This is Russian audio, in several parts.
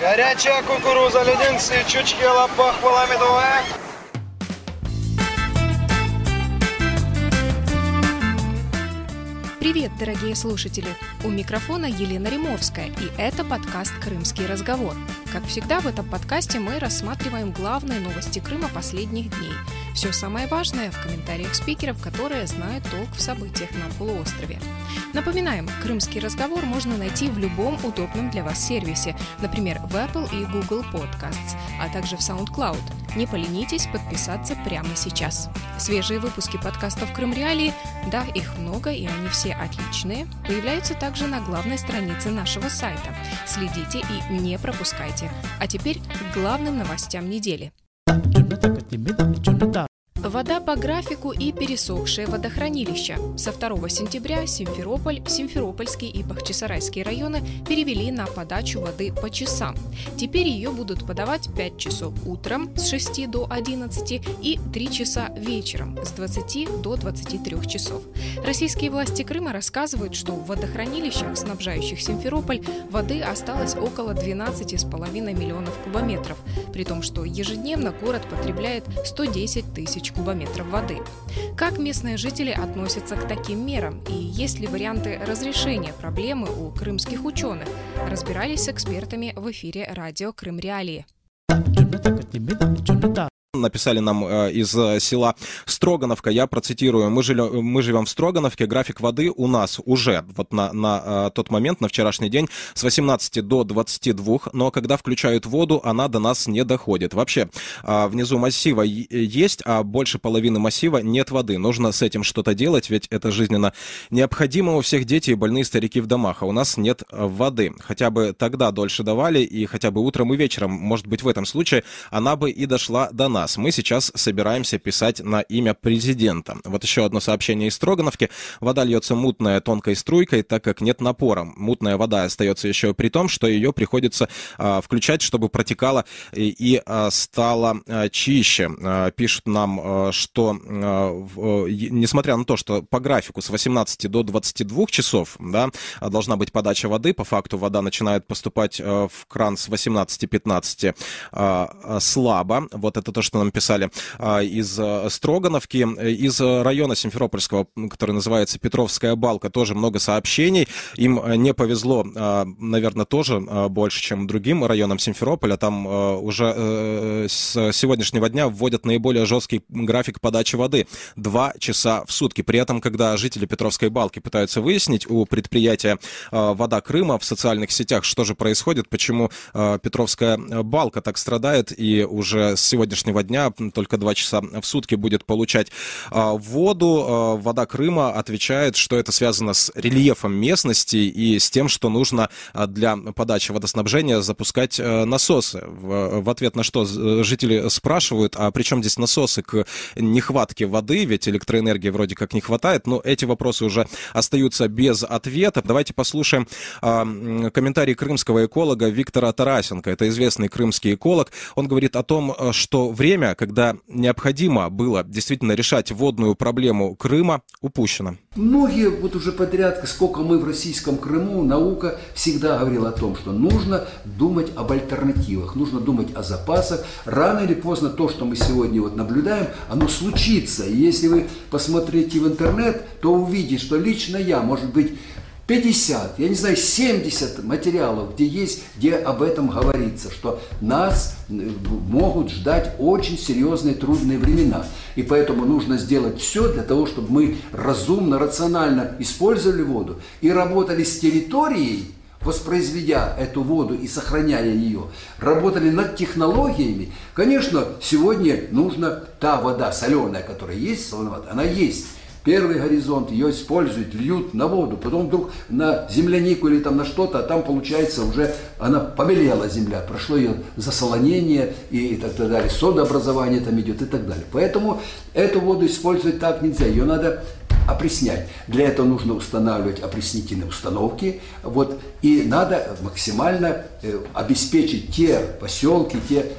Горячая кукуруза, леденцы, чучки, лопах, медовая. Привет, дорогие слушатели! У микрофона Елена Римовская, и это подкаст «Крымский разговор». Как всегда, в этом подкасте мы рассматриваем главные новости Крыма последних дней. Все самое важное в комментариях спикеров, которые знают толк в событиях на полуострове. Напоминаем, «Крымский разговор» можно найти в любом удобном для вас сервисе, например, в Apple и Google Podcasts, а также в SoundCloud. Не поленитесь подписаться прямо сейчас. Свежие выпуски подкастов «Крым Реалии», да, их много, и они все отличные, появляются также на главной странице нашего сайта. Следите и не пропускайте. А теперь к главным новостям недели. Вода по графику и пересохшие водохранилища. Со 2 сентября Симферополь, Симферопольский и Бахчисарайский районы перевели на подачу воды по часам. Теперь ее будут подавать 5 часов утром с 6 до 11 и 3 часа вечером с 20 до 23 часов. Российские власти Крыма рассказывают, что в водохранилищах, снабжающих Симферополь, воды осталось около 12,5 миллионов кубометров, при том, что ежедневно город потребляет 110 тысяч кубометров воды. Как местные жители относятся к таким мерам и есть ли варианты разрешения проблемы у крымских ученых? Разбирались с экспертами в эфире радио «Крым Реалии». Написали нам из села Строгановка, я процитирую: мы живем в Строгановке, график воды у нас уже вот на тот момент, на вчерашний день, с 18 до 22, но когда включают воду, она до нас не доходит. Вообще, внизу массива есть, а больше половины массива нет воды. Нужно с этим что-то делать, ведь это жизненно необходимо. У всех дети и больные старики в домах, а у нас нет воды. Хотя бы тогда дольше давали, и хотя бы утром и вечером, может быть, в этом случае она бы и дошла до нас. Мы сейчас собираемся писать на имя президента. Вот еще одно сообщение из Строгановки. Вода льется мутная тонкой струйкой, так как нет напора. Мутная вода остается еще при том, что ее приходится включать, чтобы протекала и стала чище. Пишут нам, что несмотря на то, что по графику с 18 до 22 часов, да, должна быть подача воды, по факту вода начинает поступать в кран с 18-15 слабо. Вот это то, что нам писали из Строгановки. Из района Симферопольского, который называется Петровская Балка, тоже много сообщений. Им не повезло, наверное, тоже больше, чем другим районам Симферополя. Там уже с сегодняшнего дня вводят наиболее жесткий график подачи воды. 2 часа в сутки. При этом, когда жители Петровской Балки пытаются выяснить у предприятия «Вода Крыма» в социальных сетях, что же происходит, почему Петровская Балка так страдает и уже с сегодняшнего дня только 2 часа в сутки будет получать воду. «Вода Крыма» отвечает, что это связано с рельефом местности и с тем, что нужно для подачи водоснабжения запускать насосы. В ответ на что жители спрашивают, а при чем здесь насосы к нехватке воды, ведь электроэнергии вроде как не хватает, но эти вопросы уже остаются без ответа. Давайте послушаем комментарий крымского эколога Виктора Тарасенко. Это известный крымский эколог. Он говорит о том, что время, когда необходимо было действительно решать водную проблему Крыма, упущено. Многие вот уже подряд, сколько мы в российском Крыму, наука всегда говорила о том, что нужно думать об альтернативах, нужно думать о запасах. Рано или поздно то, что мы сегодня вот наблюдаем, оно случится. И если вы посмотрите в интернет, то увидите, что лично я, может быть, 50, я не знаю, 70 материалов, где об этом говорится, что нас могут ждать очень серьезные трудные времена. И поэтому нужно сделать все для того, чтобы мы разумно, рационально использовали воду и работали с территорией, воспроизведя эту воду и сохраняя ее, работали над технологиями. Конечно, сегодня нужна та вода соленая, которая есть, солоноватая, она есть. Первый горизонт, ее используют, льют на воду, потом вдруг на землянику или там на что-то, а там получается уже она побелела земля, прошло ее засолонение и так далее, содообразование там идет и так далее. Поэтому эту воду использовать так нельзя, ее надо опреснять. Для этого нужно устанавливать опреснительные установки, вот, и надо максимально обеспечить те поселки,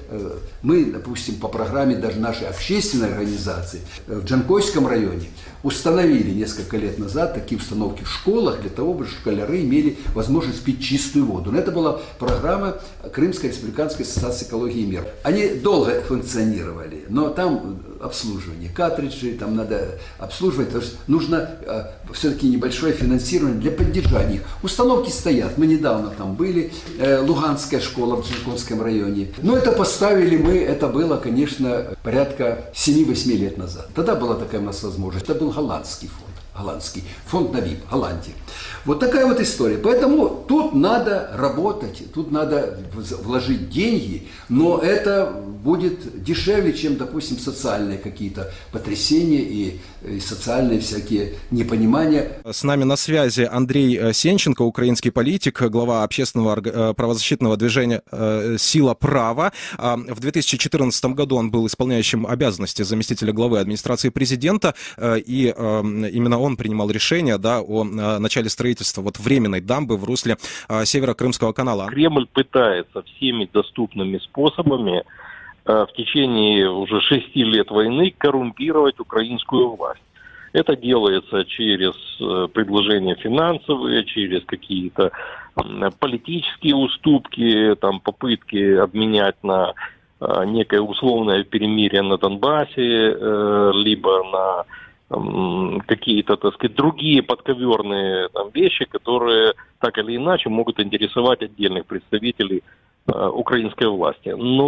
мы, допустим, по программе даже нашей общественной организации в Джанкойском районе установили несколько лет назад такие установки в школах для того, чтобы школяры имели возможность пить чистую воду. Но это была программа Крымской республиканской ассоциации экологии и мира. Они долго функционировали, но там обслуживание картриджей, там надо обслуживать, то есть нужно все-таки небольшое финансирование для поддержания их. Установки стоят, мы недавно там были, Луганская школа в Джанкойском районе. Но это поставили мы, это было, конечно, порядка 7-8 лет назад. Тогда была такая у нас возможность. Это был голландский фонд Навиб, Голландия. Вот такая вот история. Поэтому тут надо работать, тут надо вложить деньги, но это будет дешевле, чем, допустим, социальные какие-то потрясения и социальные всякие непонимания. С нами на связи Андрей Сенченко, украинский политик, глава общественного правозащитного движения «Сила права». В 2014 году он был исполняющим обязанности заместителя главы администрации президента, и именно он принимал решение, да, о начале строительства вот временной дамбы в русле Северо-Крымского канала. Кремль пытается всеми доступными способами в течение уже 6 лет войны коррумпировать украинскую власть. Это делается через предложения финансовые, через какие-то политические уступки, там, попытки обменять на некое условное перемирие на Донбассе, либо на какие-то, так сказать, другие подковерные там вещи, которые так или иначе могут интересовать отдельных представителей украинской власти.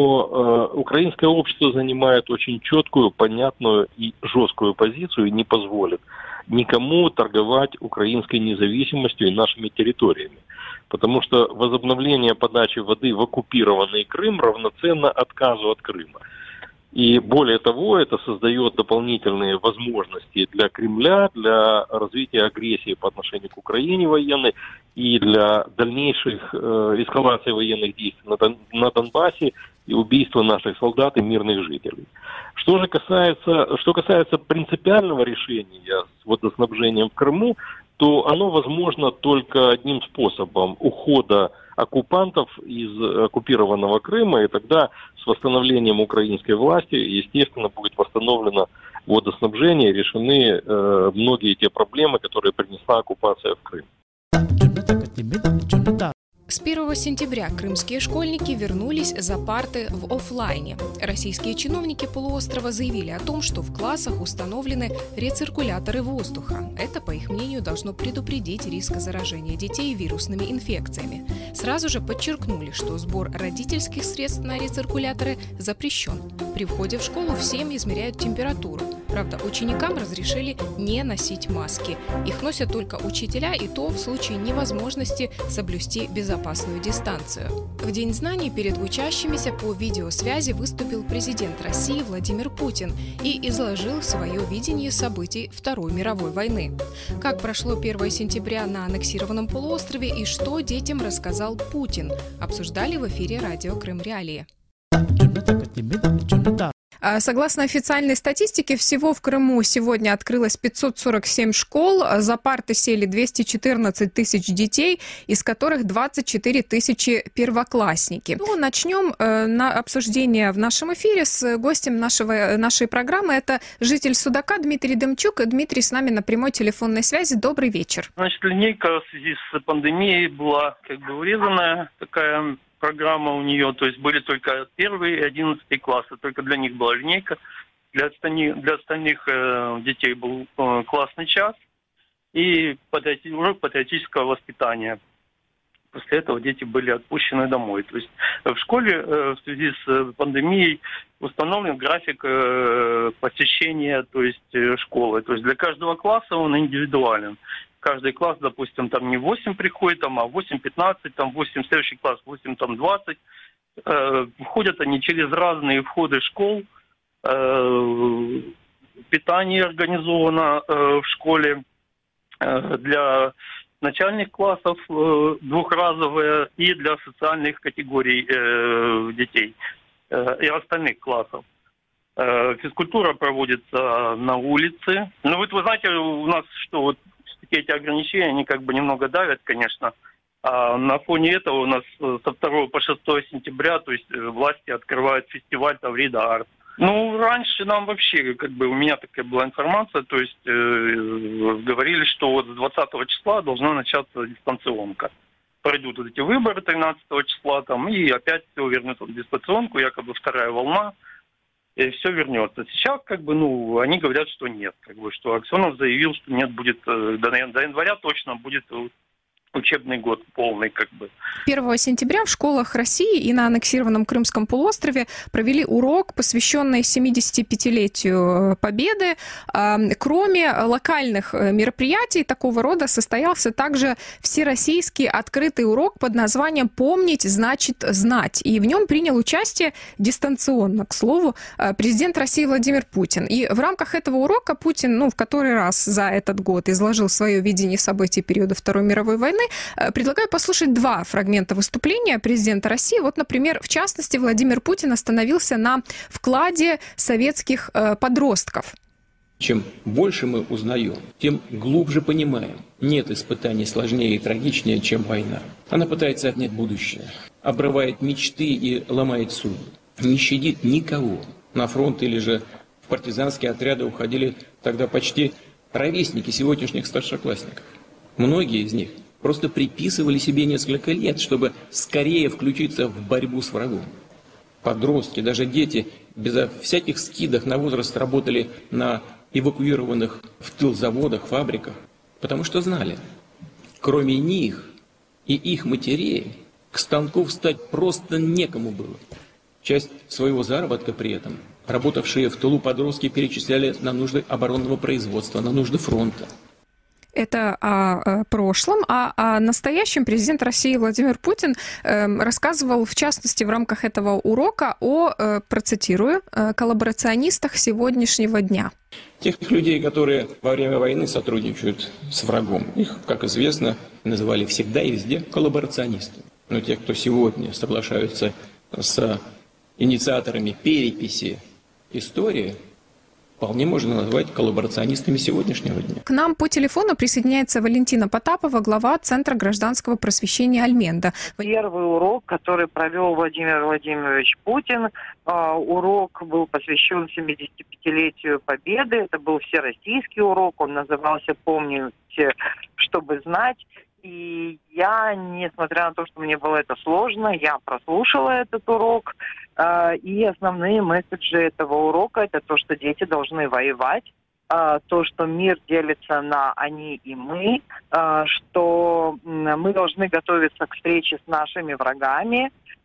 Но украинское общество занимает очень четкую, понятную и жесткую позицию и не позволит никому торговать украинской независимостью и нашими территориями. Потому что возобновление подачи воды в оккупированный Крым равноценно отказу от Крыма. И более того, это создает дополнительные возможности для Кремля, для развития агрессии по отношению к Украине военной и для дальнейших эскалации военных действий на Донбассе и убийства наших солдат и мирных жителей. Что касается принципиального решения с водоснабжением в Крыму, то оно возможно только одним способом – ухода оккупантов из оккупированного Крыма, и тогда с восстановлением украинской власти, естественно, будет восстановлено водоснабжение и решены многие те проблемы, которые принесла оккупация в Крым. С 1 сентября крымские школьники вернулись за парты в офлайне. Российские чиновники полуострова заявили о том, что в классах установлены рециркуляторы воздуха. Это, по их мнению, должно предупредить риск заражения детей вирусными инфекциями. Сразу же подчеркнули, что сбор родительских средств на рециркуляторы запрещен. При входе в школу всем измеряют температуру. Правда, ученикам разрешили не носить маски. Их носят только учителя, и то в случае невозможности соблюсти безопасную дистанцию. В День знаний перед учащимися по видеосвязи выступил президент России Владимир Путин и изложил свое видение событий Второй мировой войны. Как прошло 1 сентября на аннексированном полуострове и что детям рассказал Путин, обсуждали в эфире радио Крым Реалии. Согласно официальной статистике, всего в Крыму сегодня открылось 547 школ, за парты сели 214 тысяч детей, из которых 24 тысячи первоклассники. Ну, начнем на обсуждение в нашем эфире с гостем нашей программы. Это житель Судака Дмитрий Демчук. Дмитрий с нами на прямой телефонной связи. Добрый вечер. Значит, линейка в связи с пандемией была урезанная такая программа у нее, то есть были только 1 и 11 классы, только для них была линейка, для остальных детей был классный час и урок патриотического воспитания. После этого дети были отпущены домой. То есть в школе в связи с пандемией установлен график посещения, то есть школы. То есть для каждого класса он индивидуален. Каждый класс, допустим, там не 8 приходит, а 8-15, там 8 следующий класс, 8 там 20. Входят они через разные входы школ. Питание организовано в школе для начальных классов двухразовое и для социальных категорий детей и остальных классов. Физкультура проводится на улице. Ну, вот вы знаете, у нас что, вот эти ограничения, они как бы немного давят, конечно. А на фоне этого у нас со 2 по 6 сентября, то есть власти открывают фестиваль Таврида Арт. Ну, раньше нам вообще, как бы у меня такая была информация, то есть говорили, что вот с 20 числа должна начаться дистанционка. Пройдут вот эти выборы 13 числа там, и опять все вернется в дистанционку, якобы вторая волна, и все вернется. Сейчас, как бы, ну, они говорят, что нет, как бы, что Аксенов заявил, что нет, будет до января точно будет учебный год полный, как бы. 1 сентября в школах России и на аннексированном Крымском полуострове провели урок, посвященный 75-летию Победы. Кроме локальных мероприятий такого рода состоялся также всероссийский открытый урок под названием «Помнить значит знать». И в нем принял участие дистанционно, к слову, президент России Владимир Путин. И в рамках этого урока Путин, в который раз за этот год изложил свое видение событий периода Второй мировой войны. Предлагаю послушать два фрагмента выступления президента России. Вот, например, в частности, Владимир Путин остановился на вкладе советских подростков. Чем больше мы узнаем, тем глубже понимаем. Нет испытаний сложнее и трагичнее, чем война. Она пытается отнять будущее, обрывает мечты и ломает судьбы. Не щадит никого. На фронт или же в партизанские отряды уходили тогда почти ровесники сегодняшних старшеклассников. Многие из них просто приписывали себе несколько лет, чтобы скорее включиться в борьбу с врагом. Подростки, даже дети, безо всяких скидок на возраст работали на эвакуированных в тыл заводах, фабриках, потому что знали, кроме них и их матерей, к станку встать просто некому было. Часть своего заработка при этом работавшие в тылу подростки перечисляли на нужды оборонного производства, на нужды фронта. Это о прошлом, а о настоящем президент России Владимир Путин рассказывал, в частности, в рамках этого урока процитирую, коллаборационистах сегодняшнего дня. Тех людей, которые во время войны сотрудничают с врагом, их, как известно, называли всегда и везде коллаборационистами. Но те, кто сегодня соглашаются с инициаторами переписи истории, вполне можно назвать коллаборационистами сегодняшнего дня. К нам по телефону присоединяется Валентина Потапова, глава Центра гражданского просвещения «Альменда». Первый урок, который провел Владимир Владимирович Путин, урок был посвящен 75-летию Победы. Это был всероссийский урок, он назывался «Помнить, чтобы знать». И я, несмотря на то, что мне было это сложно, я прослушала этот урок. И основные месседжи этого урока – это то, что дети должны воевать, то, что мир делится на «они» и «мы», что мы должны готовиться к встрече с нашими врагами,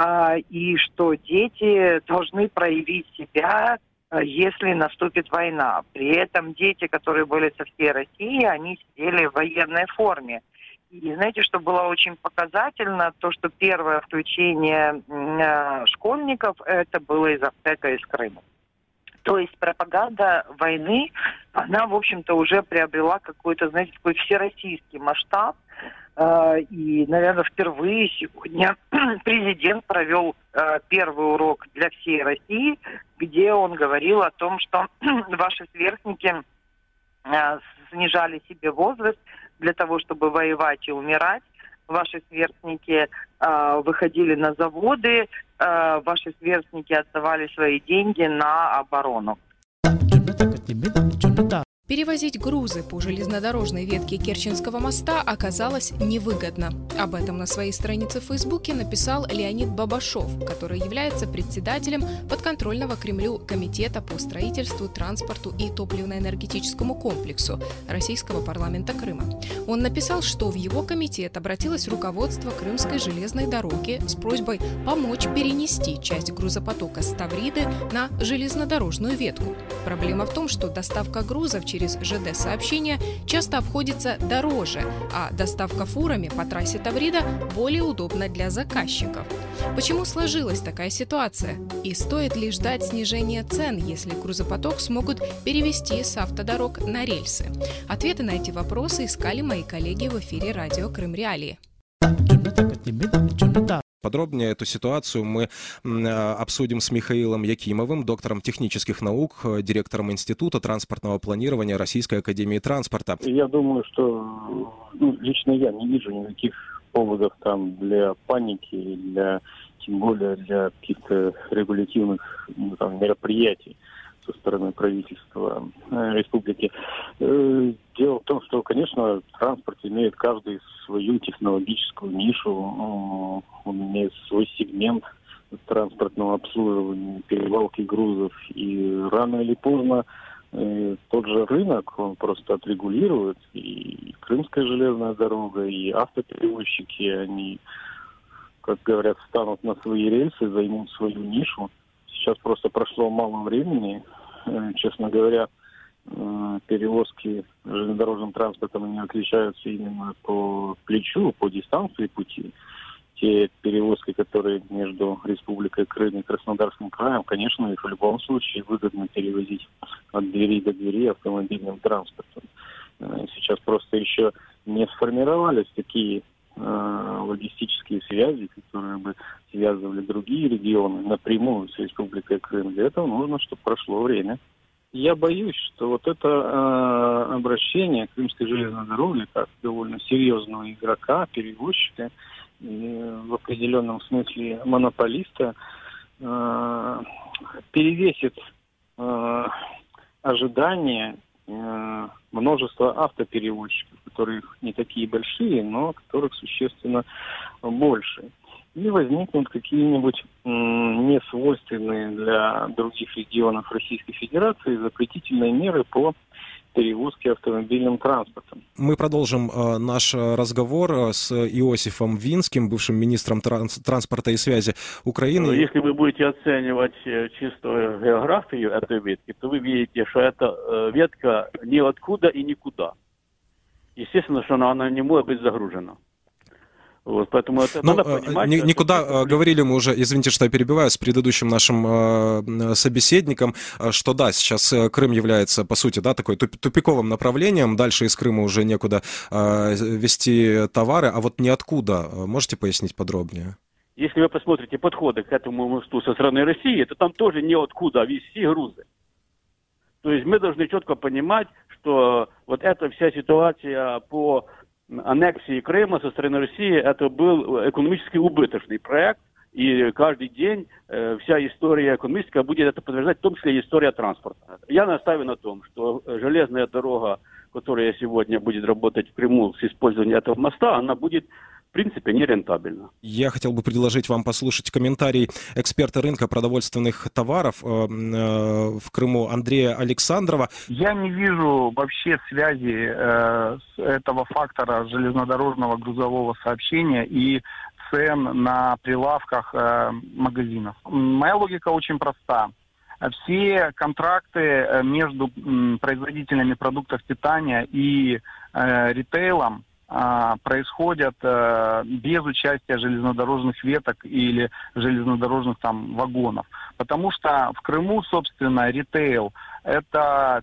и что дети должны проявить себя, если наступит война. При этом дети, которые были со всей России, они сидели в военной форме. И знаете, что было очень показательно? То, что первое включение школьников, это было из Ахтека, из Крыма. То есть пропаганда войны, она, в общем-то, уже приобрела какой-то, знаете, такой всероссийский масштаб. И, наверное, впервые сегодня президент провел первый урок для всей России, где он говорил о том, что ваши сверстники снижали себе возраст для того, чтобы воевать и умирать. Ваши сверстники выходили на заводы, ваши сверстники отдавали свои деньги на оборону. Перевозить грузы по железнодорожной ветке Керченского моста оказалось невыгодно. Об этом на своей странице в Фейсбуке написал Леонид Бабашов, который является председателем подконтрольного Кремлю Комитета по строительству, транспорту и топливно-энергетическому комплексу Российского парламента Крыма. Он написал, что в его комитет обратилось руководство Крымской железной дороги с просьбой помочь перенести часть грузопотока с Тавриды на железнодорожную ветку. Проблема в том, что доставка грузов через ЖД-сообщения часто обходится дороже, а доставка фурами по трассе Таврида более удобна для заказчиков. Почему сложилась такая ситуация? И стоит ли ждать снижения цен, если грузопоток смогут перевести с автодорог на рельсы? Ответы на эти вопросы искали мои коллеги в эфире радио Крым Реалии. Подробнее эту ситуацию мы обсудим с Михаилом Якимовым, доктором технических наук, директором Института транспортного планирования Российской академии транспорта. Я думаю, что лично я не вижу никаких поводов там для паники, тем более для каких-то регулятивных мероприятий со стороны правительства республики. Дело в том, что, конечно, транспорт имеет каждый свою технологическую нишу, он имеет свой сегмент транспортного обслуживания, перевалки грузов, и рано или поздно тот же рынок, он просто отрегулирует, и Крымская железная дорога, и автоперевозчики, они, как говорят, встанут на свои рельсы, займут свою нишу. Сейчас просто прошло мало времени. Честно говоря, перевозки железнодорожным транспортом не отличаются именно по плечу, по дистанции пути. Те перевозки, которые между Республикой Крым и Краснодарским краем, конечно, их в любом случае выгодно перевозить от двери до двери автомобильным транспортом. Сейчас просто еще не сформировались такие логистические связи, которые бы связывали другие регионы напрямую с Республикой Крым. Для этого нужно, чтобы прошло время. Я боюсь, что вот это обращение Крымской железной дороги как довольно серьезного игрока, перевозчика, в определенном смысле монополиста, перевесит ожидания множества автоперевозчиков, которых не такие большие, но которых существенно больше. И возникнут какие-нибудь несвойственные для других регионов Российской Федерации запретительные меры по перевозки автомобильным транспортом. Мы продолжим наш разговор с Иосифом Винским, бывшим министром транспорта и связи Украины. Если вы будете оценивать чисто географию этой ветки, то вы видите, что эта ветка ниоткуда и никуда. Естественно, что она не может быть загружена. Вот, поэтому это надо понимать. Никуда говорили мы уже, извините, что я перебиваю, с предыдущим нашим собеседником, что да, сейчас Крым является, по сути, да, такой тупиковым направлением, дальше из Крыма уже некуда везти товары, а вот ниоткуда. Можете пояснить подробнее? Если вы посмотрите подходы к этому мосту со стороны России, то там тоже ниоткуда везти грузы. То есть мы должны четко понимать, что вот эта вся ситуация по аннексии Крыма со стороны России, это был экономически убыточный проект, и каждый день вся история экономическая будет это подтверждать, в том числе и история транспорта. Я настаиваю на том, что железная дорога, которая сегодня будет работать в Крыму с использованием этого моста, она будет в принципе нерентабельна. Я хотел бы предложить вам послушать комментарий эксперта рынка продовольственных товаров в Крыму Андрея Александрова. Я не вижу вообще связи этого фактора железнодорожного грузового сообщения и цен на прилавках магазинов. Моя логика очень проста. Все контракты между производителями продуктов питания и ритейлом происходят без участия железнодорожных веток или железнодорожных там вагонов. Потому что в Крыму, собственно, ритейл – это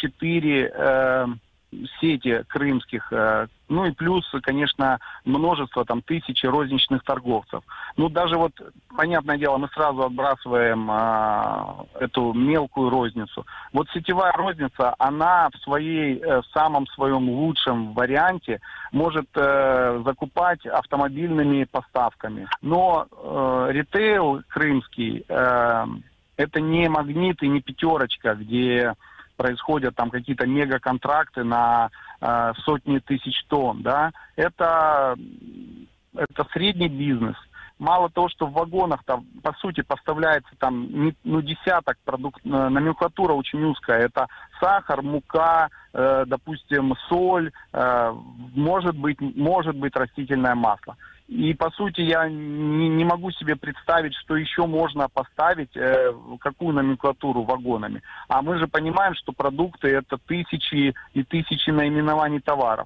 3-4 сети крымских, ну и плюс, конечно, множество, там, тысячи розничных торговцев. Ну, даже вот, понятное дело, мы сразу отбрасываем эту мелкую розницу. Вот сетевая розница, она в самом своем лучшем варианте может закупать автомобильными поставками. Но ритейл крымский, это не Магнит и не Пятерочка, где происходят там какие-то мегаконтракты на сотни тысяч тонн, да, это средний бизнес. Мало того, что в вагонах там, по сути, поставляется там десяток продуктов, номенклатура очень узкая. Это сахар, мука, допустим, соль, может быть растительное масло. И, по сути, я не могу себе представить, что еще можно поставить, какую номенклатуру вагонами. А мы же понимаем, что продукты – это тысячи и тысячи наименований товаров.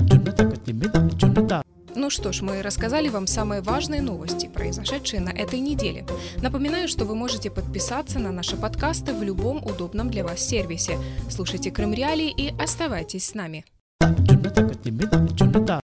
Ну что ж, мы рассказали вам самые важные новости, произошедшие на этой неделе. Напоминаю, что вы можете подписаться на наши подкасты в любом удобном для вас сервисе. Слушайте Крым Реалии и оставайтесь с нами.